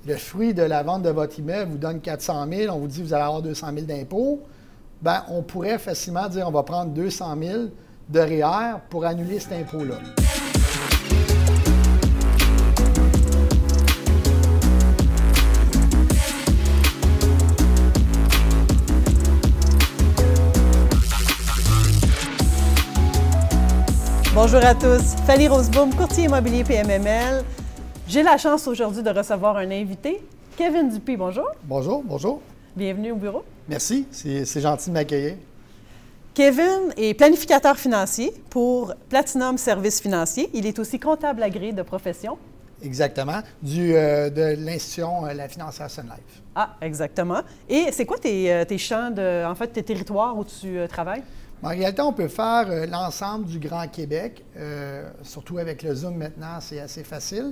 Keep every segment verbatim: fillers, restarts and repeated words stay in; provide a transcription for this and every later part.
le fruit de la vente de votre immeuble vous donne quatre cent mille, on vous dit que vous allez avoir deux cent mille d'impôts, bien, on pourrait facilement dire on va prendre deux cent mille de R E E R pour annuler cet impôt-là. Bonjour à tous, Fanny Roseboom, courtier immobilier P M M L. J'ai la chance aujourd'hui de recevoir un invité, Kevin Dupuis, bonjour. Bonjour, bonjour. Bienvenue au bureau. Merci, c'est, c'est gentil de m'accueillir. Kevin est planificateur financier pour Platinum Services Financiers. Il est aussi comptable agréé de profession. Exactement, du, euh, de l'institution euh, La Financière Sun Life. Ah, exactement. Et c'est quoi tes, euh, tes champs, de, en fait, tes territoires où tu euh, travailles? En réalité, on peut faire euh, l'ensemble du Grand Québec, euh, surtout avec le Zoom maintenant, c'est assez facile.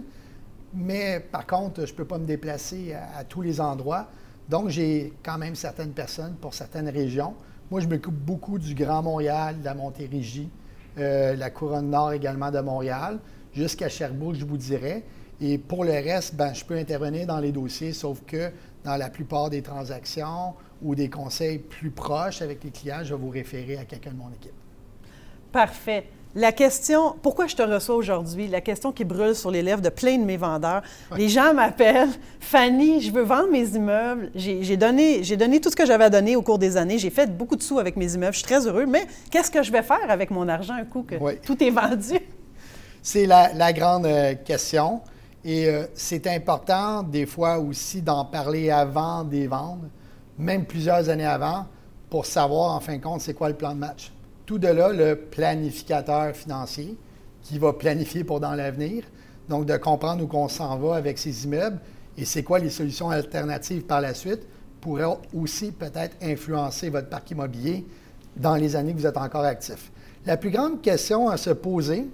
Mais par contre, je ne peux pas me déplacer à, à tous les endroits. Donc, j'ai quand même certaines personnes pour certaines régions. Moi, je m'occupe beaucoup du Grand Montréal, de la Montérégie, euh, la Couronne Nord également de Montréal, jusqu'à Sherbrooke, je vous dirais. Et pour le reste, ben, je peux intervenir dans les dossiers, sauf que dans la plupart des transactions ou des conseils plus proches avec les clients, je vais vous référer à quelqu'un de mon équipe. Parfait. La question, pourquoi je te reçois aujourd'hui, la question qui brûle sur les lèvres de plein de mes vendeurs, ouais. Les gens m'appellent, Fanny, je veux vendre mes immeubles, j'ai, j'ai, donné, j'ai donné tout ce que j'avais à donner au cours des années, j'ai fait beaucoup de sous avec mes immeubles, je suis très heureux, mais qu'est-ce que je vais faire avec mon argent un coup que ouais. tout est vendu? C'est la, la grande euh, question et euh, c'est important des fois aussi d'en parler avant des ventes, même plusieurs années avant, pour savoir en fin de compte c'est quoi le plan de match. Tout de là, le planificateur financier qui va planifier pour dans l'avenir, donc de comprendre où on s'en va avec ses immeubles et c'est quoi les solutions alternatives par la suite pourrait aussi peut-être influencer votre parc immobilier dans les années que vous êtes encore actif. La plus grande question à se poser,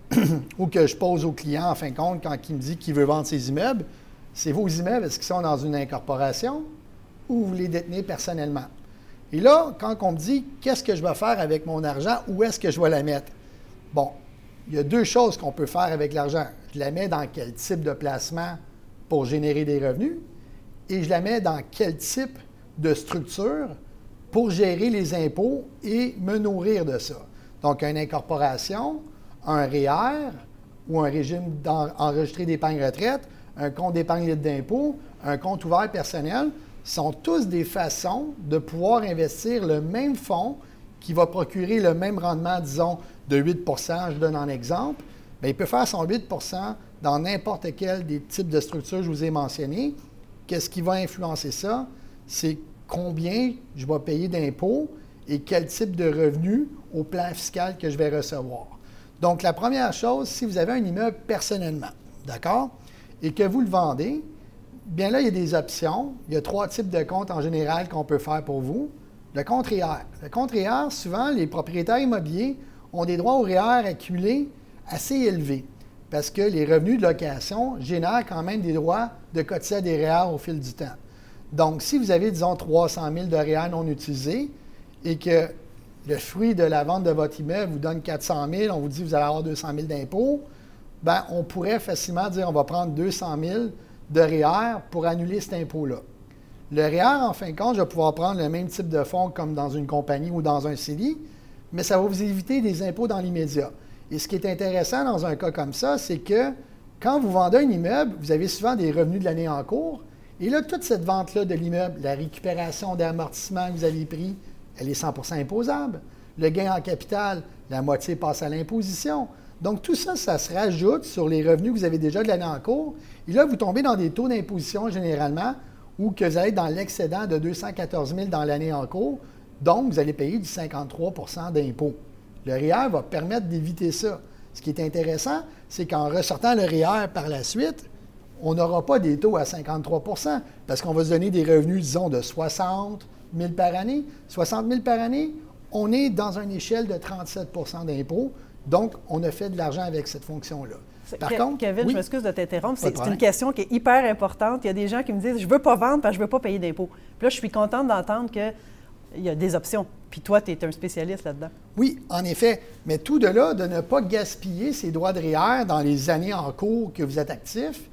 ou que je pose aux clients en fin de compte quand il me dit qu'il veut vendre ses immeubles, c'est vos immeubles, est-ce qu'ils sont dans une incorporation ou vous les détenez personnellement? Et là, quand on me dit « qu'est-ce que je vais faire avec mon argent? Où est-ce que je vais la mettre? » Bon, il y a deux choses qu'on peut faire avec l'argent. Je la mets dans quel type de placement pour générer des revenus et je la mets dans quel type de structure pour gérer les impôts et me nourrir de ça. Donc, une incorporation, un R E E R ou un régime enregistré d'épargne retraite, un compte d'épargne libre d'impôt, un compte ouvert personnel, sont tous des façons de pouvoir investir le même fonds qui va procurer le même rendement, disons, de huit pour cent, je donne un exemple. Bien, il peut faire son huit pour cent dans n'importe quel des types de structures que je vous ai mentionnés. Qu'est-ce qui va influencer ça? C'est combien je vais payer d'impôts et quel type de revenus au plan fiscal que je vais recevoir. Donc, la première chose, si vous avez un immeuble personnellement, d'accord, et que vous le vendez, bien là, il y a des options. Il y a trois types de comptes en général qu'on peut faire pour vous. Le compte R E E R. Le compte R E E R, souvent, les propriétaires immobiliers ont des droits au R E E R accumulés assez élevés parce que les revenus de location génèrent quand même des droits de cotiser à des R E E R au fil du temps. Donc, si vous avez, disons, trois cent mille de R E E R non utilisés et que le fruit de la vente de votre immeuble vous donne quatre cent mille, on vous dit que vous allez avoir deux cent mille d'impôts, bien, on pourrait facilement dire on va prendre deux cent mille de R E E R pour annuler cet impôt-là. Le R E E R, en fin de compte, je vais pouvoir prendre le même type de fonds comme dans une compagnie ou dans un C E L I, mais ça va vous éviter des impôts dans l'immédiat. Et ce qui est intéressant dans un cas comme ça, c'est que quand vous vendez un immeuble, vous avez souvent des revenus de l'année en cours, et là, toute cette vente-là de l'immeuble, la récupération d'amortissement que vous avez pris, elle est cent pour cent imposable. Le gain en capital, la moitié passe à l'imposition. Donc, tout ça, ça se rajoute sur les revenus que vous avez déjà de l'année en cours. Et là, vous tombez dans des taux d'imposition généralement où que vous allez être dans l'excédent de deux cent quatorze mille dans l'année en cours. Donc, vous allez payer du cinquante-trois pour cent d'impôt. Le R E E R va permettre d'éviter ça. Ce qui est intéressant, c'est qu'en ressortant le R E E R par la suite, on n'aura pas des taux à cinquante-trois pour cent parce qu'on va se donner des revenus, disons, de soixante mille par année. soixante mille par année, on est dans une échelle de trente-sept pour cent d'impôt. Donc, on a fait de l'argent avec cette fonction-là. Par Ke- contre, Kevin, oui, je m'excuse de t'interrompre. C'est, c'est une question qui est hyper importante. Il y a des gens qui me disent « je ne veux pas vendre parce que je ne veux pas payer d'impôts ». Puis là, je suis contente d'entendre qu'il y a des options. Puis toi, tu es un spécialiste là-dedans. Oui, en effet. Mais tout de là, de ne pas gaspiller ces droits de R E E R dans les années en cours que vous êtes actif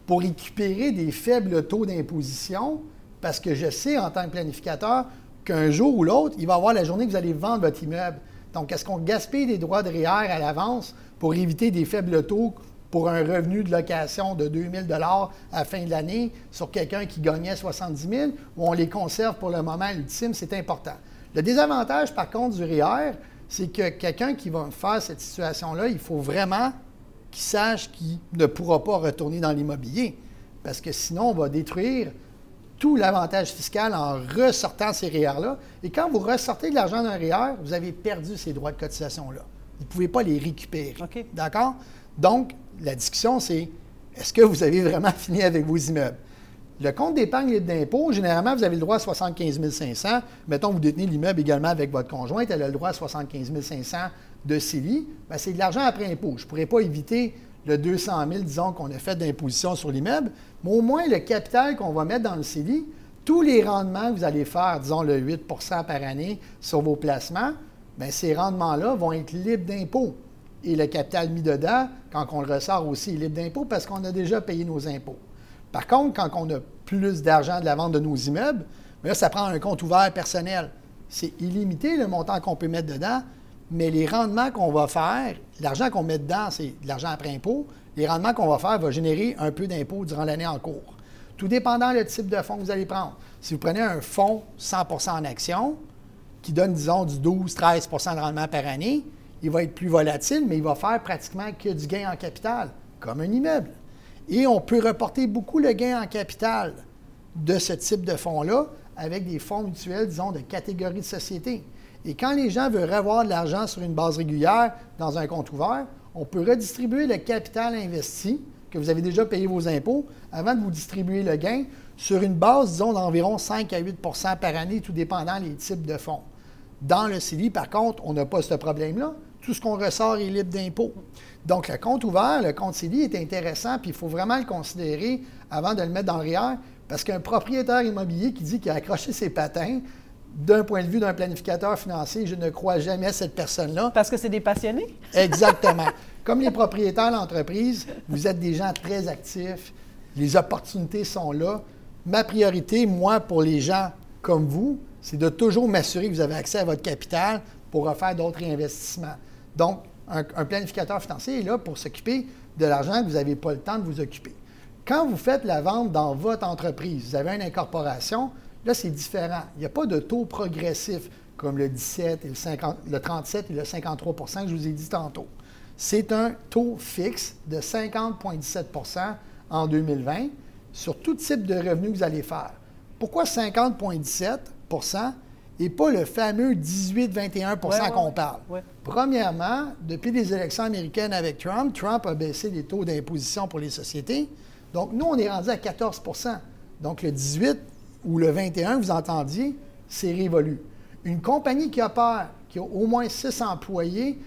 pour récupérer des faibles taux d'imposition, parce que je sais en tant que planificateur qu'un jour ou l'autre, il va y avoir la journée que vous allez vendre votre immeuble. Donc, est-ce qu'on gaspille des droits de R E E R à l'avance pour éviter des faibles taux pour un revenu de location de deux mille dollars à la fin de l'année sur quelqu'un qui gagnait soixante-dix mille, ou on les conserve pour le moment ultime? C'est important. Le désavantage, par contre, du R E E R, c'est que quelqu'un qui va faire cette situation-là, il faut vraiment qu'il sache qu'il ne pourra pas retourner dans l'immobilier, parce que sinon, on va détruire tout l'avantage fiscal en ressortant ces R E E R-là. Et quand vous ressortez de l'argent d'un R E E R, vous avez perdu ces droits de cotisation-là. Vous ne pouvez pas les récupérer. Okay. D'accord? Donc, la discussion, c'est est-ce que vous avez vraiment fini avec vos immeubles? Le compte d'épargne libre d'impôt, généralement, vous avez le droit à soixante-quinze mille cinq cents. Mettons, vous détenez l'immeuble également avec votre conjointe, elle a le droit à soixante-quinze mille cinq cents de C E L I. Bien, c'est de l'argent après impôt. Je ne pourrais pas éviter le deux cent mille, disons, qu'on a fait d'imposition sur l'immeuble, mais au moins le capital qu'on va mettre dans le C E L I, tous les rendements que vous allez faire, disons le huit pour cent par année sur vos placements, bien, ces rendements-là vont être libres d'impôt. Et le capital mis dedans, quand on le ressort aussi, est libre d'impôt parce qu'on a déjà payé nos impôts. Par contre, quand on a plus d'argent de la vente de nos immeubles, bien là, ça prend un compte ouvert personnel. C'est illimité le montant qu'on peut mettre dedans, mais les rendements qu'on va faire, l'argent qu'on met dedans, c'est de l'argent après impôt. Les rendements qu'on va faire vont générer un peu d'impôt durant l'année en cours. Tout dépendant le type de fonds que vous allez prendre. Si vous prenez un fonds cent pour cent en action, qui donne, disons, du douze à treize pour cent de rendement par année, il va être plus volatile, mais il va faire pratiquement que du gain en capital, comme un immeuble. Et on peut reporter beaucoup le gain en capital de ce type de fonds-là avec des fonds mutuels, disons, de catégorie de société. Et quand les gens veulent revoir de l'argent sur une base régulière dans un compte ouvert, on peut redistribuer le capital investi, que vous avez déjà payé vos impôts, avant de vous distribuer le gain, sur une base, disons, d'environ cinq à huit pour cent par année, tout dépendant des types de fonds. Dans le C E L I, par contre, on n'a pas ce problème-là. Tout ce qu'on ressort est libre d'impôt. Donc, le compte ouvert, le compte C E L I est intéressant, puis il faut vraiment le considérer avant de le mettre dans le R E E R, parce qu'un propriétaire immobilier qui dit qu'il a accroché ses patins, d'un point de vue d'un planificateur financier, je ne crois jamais à cette personne-là. Parce que c'est des passionnés? Exactement. Comme les propriétaires d'entreprise, vous êtes des gens très actifs, les opportunités sont là. Ma priorité, moi, pour les gens comme vous, c'est de toujours m'assurer que vous avez accès à votre capital pour refaire d'autres réinvestissements. Donc, un, un planificateur financier est là pour s'occuper de l'argent que vous n'avez pas le temps de vous occuper. Quand vous faites la vente dans votre entreprise, vous avez une incorporation, là, c'est différent. Il n'y a pas de taux progressif comme le dix-sept, et le, cinquante, le trente-sept et le cinquante-trois pour cent que je vous ai dit tantôt. C'est un taux fixe de cinquante virgule dix-sept pour cent en deux mille vingt sur tout type de revenus que vous allez faire. Pourquoi cinquante virgule dix-sept pour cent et pas le fameux dix-huit vingt et un pour cent ouais, qu'on ouais, parle? Ouais. Premièrement, depuis les élections américaines avec Trump, Trump a baissé les taux d'imposition pour les sociétés. Donc, nous, on est rendu à quatorze pour cent. Donc, le dix-huit ou le vingt et un, vous entendiez, c'est révolu. Une compagnie qui opère, qui a au moins six employés,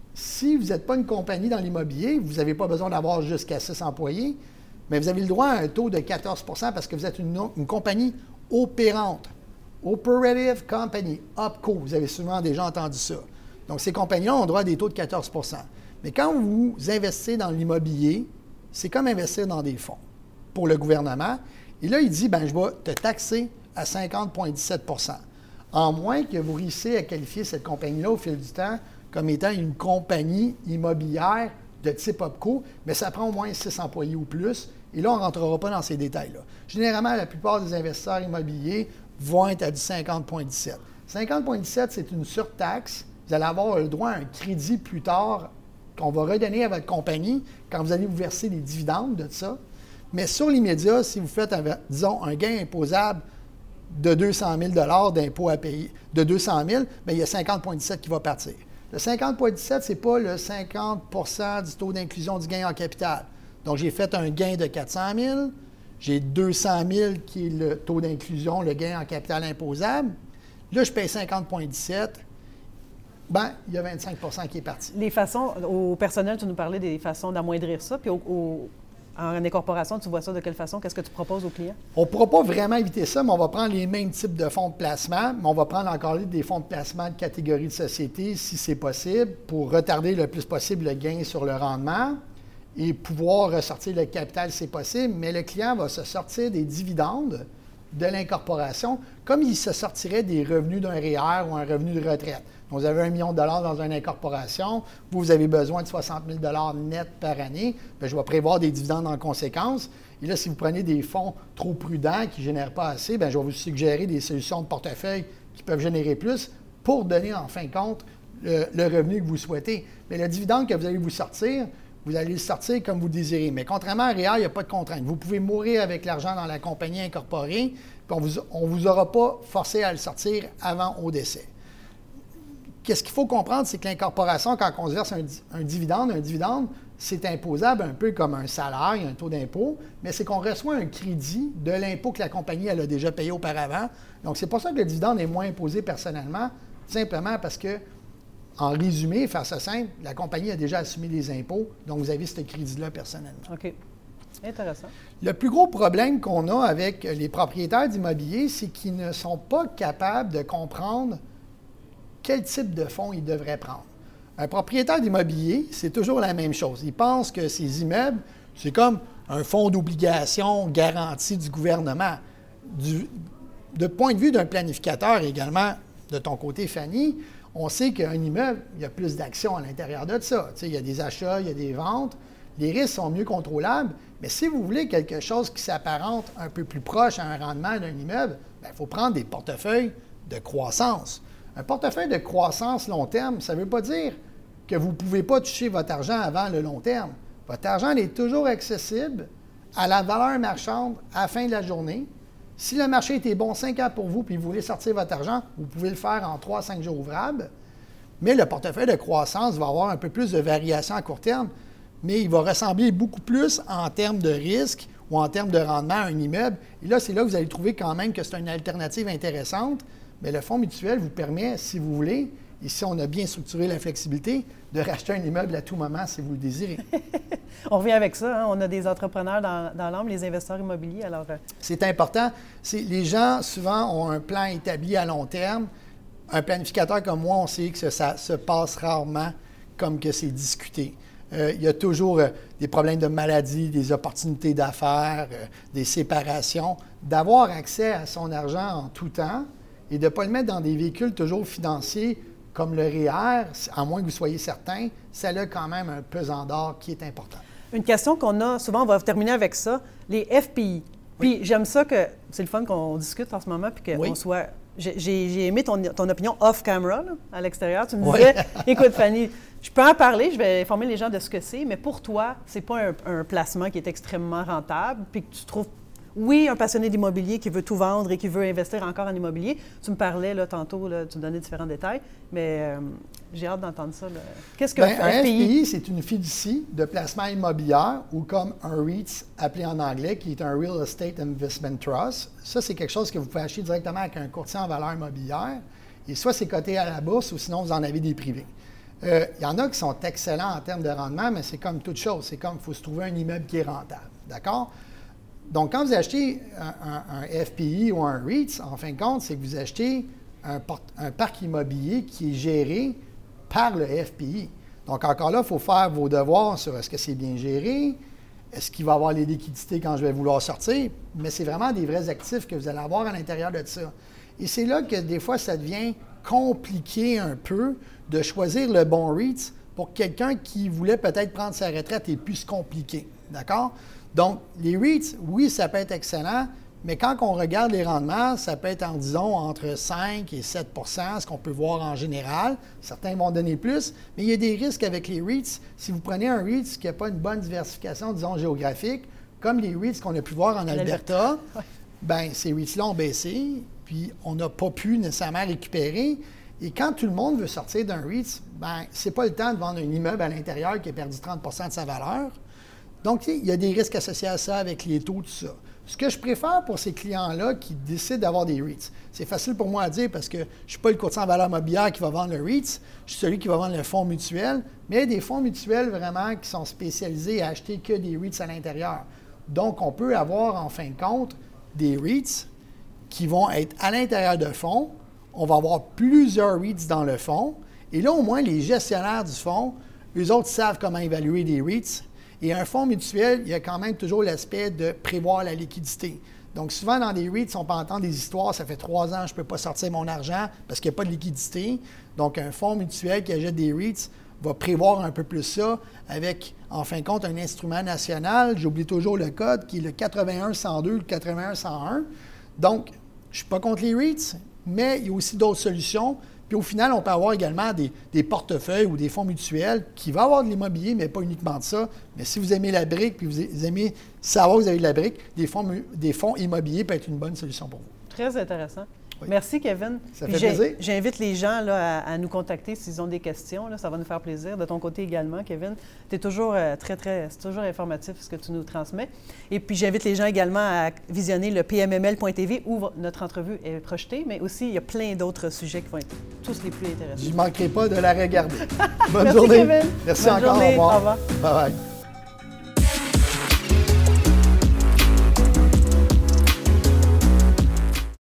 si vous n'êtes pas une compagnie dans l'immobilier, vous n'avez pas besoin d'avoir jusqu'à six employés, mais vous avez le droit à un taux de quatorze pour cent parce que vous êtes une, une compagnie opérante. Operative Company, OPCO, vous avez souvent déjà entendu ça. Donc, ces compagnies-là ont droit à des taux de quatorze pour cent. Mais quand vous investissez dans l'immobilier, c'est comme investir dans des fonds pour le gouvernement. Et là, il dit, bien, je vais te taxer à cinquante virgule dix-sept pour cent. En moins que vous réussissiez à qualifier cette compagnie-là au fil du temps comme étant une compagnie immobilière de type OPCO, mais ça prend au moins six employés ou plus. Et là, on ne rentrera pas dans ces détails-là. Généralement, la plupart des investisseurs immobiliers vont être à du cinquante virgule dix-sept. cinquante virgule dix-sept, c'est une surtaxe. Vous allez avoir le droit à un crédit plus tard qu'on va redonner à votre compagnie quand vous allez vous verser les dividendes de ça. Mais sur l'immédiat, si vous faites, disons, un gain imposable de deux cent mille dollars d'impôt à payer, de deux cent mille, bien, il y a cinquante virgule dix-sept qui va partir. Le cinquante virgule dix-sept, ce n'est pas le cinquante pour cent du taux d'inclusion du gain en capital. Donc, j'ai fait un gain de quatre cent mille, j'ai deux cent mille qui est le taux d'inclusion, le gain en capital imposable. Là, je paye cinquante virgule dix-sept. Bien, il y a vingt-cinq pour cent qui est parti. Les façons, au personnel, tu nous parlais des façons d'amoindrir ça, puis au, au, en incorporation, tu vois ça de quelle façon? Qu'est-ce que tu proposes aux clients? On ne pourra pas vraiment éviter ça, mais on va prendre les mêmes types de fonds de placement, mais on va prendre encore des fonds de placement de catégorie de société, si c'est possible, pour retarder le plus possible le gain sur le rendement. et pouvoir ressortir le capital, c'est possible, mais le client va se sortir des dividendes de l'incorporation comme il se sortirait des revenus d'un R E E R ou un revenu de retraite. Donc, vous avez un million de dollars dans une incorporation, vous avez besoin de soixante mille dollars net par année, bien, je vais prévoir des dividendes en conséquence. Et là, si vous prenez des fonds trop prudents qui ne génèrent pas assez, bien, je vais vous suggérer des solutions de portefeuille qui peuvent générer plus pour donner en fin de compte le, le revenu que vous souhaitez. Mais le dividende que vous allez vous sortir, vous allez le sortir comme vous le désirez. Mais contrairement à R E E R, il n'y a pas de contrainte. Vous pouvez mourir avec l'argent dans la compagnie incorporée, puis on ne vous, vous aura pas forcé à le sortir avant au décès. Qu'est-ce qu'il faut comprendre, c'est que l'incorporation, quand on se verse un, un dividende, un dividende, c'est imposable un peu comme un salaire, il y a un taux d'impôt, mais c'est qu'on reçoit un crédit de l'impôt que la compagnie elle a déjà payé auparavant. Donc, c'est pour ça que le dividende est moins imposé personnellement, simplement parce que, en résumé, faire ça simple, la compagnie a déjà assumé les impôts, donc vous avez ce crédit-là personnellement. OK. Intéressant. Le plus gros problème qu'on a avec les propriétaires d'immobilier, c'est qu'ils ne sont pas capables de comprendre quel type de fonds ils devraient prendre. Un propriétaire d'immobilier, c'est toujours la même chose. Il pense que ces immeubles, c'est comme un fonds d'obligation garanti du gouvernement. Du, de point de vue d'un planificateur également, de ton côté, Fanny, on sait qu'un immeuble, il y a plus d'actions à l'intérieur de ça. Tu sais, il y a des achats, il y a des ventes. Les risques sont mieux contrôlables. Mais si vous voulez quelque chose qui s'apparente un peu plus proche à un rendement d'un immeuble, il faut prendre des portefeuilles de croissance. Un portefeuille de croissance long terme, ça ne veut pas dire que vous ne pouvez pas toucher votre argent avant le long terme. Votre argent est toujours accessible à la valeur marchande à la fin de la journée. Si le marché était bon cinq ans pour vous puis vous voulez sortir votre argent, vous pouvez le faire en trois à cinq jours ouvrables. Mais le portefeuille de croissance va avoir un peu plus de variation à court terme, mais il va ressembler beaucoup plus en termes de risque ou en termes de rendement à un immeuble. Et là, c'est là que vous allez trouver quand même que c'est une alternative intéressante. Mais le fonds mutuel vous permet, si vous voulez, et si on a bien structuré la flexibilité, de racheter un immeuble à tout moment si vous le désirez. On revient avec ça. Hein? On a des entrepreneurs dans, dans l'âme, les investisseurs immobiliers. Alors, euh... c'est important. C'est, les gens, souvent, ont un plan établi à long terme. Un planificateur comme moi, on sait que ça se passe rarement comme que c'est discuté. Euh, il y a toujours euh, des problèmes de maladie, des opportunités d'affaires, euh, des séparations. D'avoir accès à son argent en tout temps et de ne pas le mettre dans des véhicules toujours financiers comme le R E E R, à moins que vous soyez certain, ça a quand même un pesant d'or qui est important. Une question qu'on a, souvent on va terminer avec ça, les F P I. Puis oui. J'aime ça que, c'est le fun qu'on discute en ce moment, puis qu'on oui. soit... J'ai, j'ai aimé ton, ton opinion off-camera, là, à l'extérieur. Tu me disais, oui. écoute Fanny, je peux en parler, je vais informer les gens de ce que c'est, mais pour toi, c'est pas un, un placement qui est extrêmement rentable, puis que tu trouves... Oui, un passionné d'immobilier qui veut tout vendre et qui veut investir encore en immobilier. Tu me parlais là, tantôt, là, tu me donnais différents détails, mais euh, j'ai hâte d'entendre ça. Là. Qu'est-ce que Bien, un F P I? C'est une fiducie de placement immobilier ou comme un R E I T appelé en anglais, qui est un Real Estate Investment Trust. Ça, c'est quelque chose que vous pouvez acheter directement avec un courtier en valeur immobilière. Et soit c'est coté à la bourse ou sinon vous en avez des privés. Euh, il y en a qui sont excellents en termes de rendement, mais c'est comme toute chose. C'est comme il faut se trouver un immeuble qui est rentable. D'accord? Donc, quand vous achetez un, un, un F P I ou un R E I T, en fin de compte, c'est que vous achetez un, port, un parc immobilier qui est géré par le F P I. Donc, encore là, il faut faire vos devoirs sur est-ce que c'est bien géré, est-ce qu'il va y avoir les liquidités quand je vais vouloir sortir, mais c'est vraiment des vrais actifs que vous allez avoir à l'intérieur de ça. Et c'est là que des fois, ça devient compliqué un peu de choisir le bon R E I T pour quelqu'un qui voulait peut-être prendre sa retraite et plus se compliquer. D'accord? Donc, les R E I T, oui, ça peut être excellent, mais quand on regarde les rendements, ça peut être, en, disons, entre cinq et sept pour cent, ce qu'on peut voir en général. Certains vont donner plus, mais il y a des risques avec les R E I T. Si vous prenez un R E I T qui n'a pas une bonne diversification, disons, géographique, comme les R E I T qu'on a pu voir en Alberta, bien, ces R E I T-là ont baissé, puis on n'a pas pu nécessairement récupérer. Et quand tout le monde veut sortir d'un R E I T, bien, c'est pas le temps de vendre un immeuble à l'intérieur qui a perdu trente pour cent de sa valeur. Donc, il y a des risques associés à ça avec les taux, tout ça. Ce que je préfère pour ces clients-là qui décident d'avoir des R E I T, c'est facile pour moi à dire parce que je ne suis pas le courtier en valeur mobilière qui va vendre le R E I T, je suis celui qui va vendre le fonds mutuel, mais il y a des fonds mutuels vraiment qui sont spécialisés à acheter que des R E I T à l'intérieur. Donc, on peut avoir en fin de compte des R E I T qui vont être à l'intérieur de fonds. On va avoir plusieurs R E I T dans le fonds. Et là, au moins, les gestionnaires du fonds, eux autres savent comment évaluer des R E I T. Et un fonds mutuel, il y a quand même toujours l'aspect de prévoir la liquidité. Donc, souvent, dans des REITs, on peut entendre des histoires, ça fait trois ans, je ne peux pas sortir mon argent parce qu'il n'y a pas de liquidité. Donc, un fonds mutuel qui achète des REITs va prévoir un peu plus ça avec, en fin de compte, un instrument national. J'oublie toujours le code, qui est le quatre-vingt-un cent deux, le quatre-vingt-un cent un. Donc, je ne suis pas contre les REITs, mais il y a aussi d'autres solutions. Puis au final, on peut avoir également des, des portefeuilles ou des fonds mutuels qui vont avoir de l'immobilier, mais pas uniquement de ça. Mais si vous aimez la brique, puis vous aimez savoir que vous avez de la brique, des fonds, des fonds immobiliers peuvent être une bonne solution pour vous. Très intéressant. Oui. Merci, Kevin. Ça Puis fait plaisir. J'invite les gens là, à, à nous contacter s'ils ont des questions. Là, ça va nous faire plaisir. De ton côté également, Kevin. Tu es toujours euh, très, très... C'est toujours informatif ce que tu nous transmets. Et puis, j'invite les gens également à visionner le P M M L point T V où notre entrevue est projetée, mais aussi, il y a plein d'autres sujets qui vont être tous les plus intéressants. Je ne manquerai pas de la regarder. Bonne Merci, journée. Kevin. Merci Bonne encore. Journée. Au revoir. Au revoir. Bye bye.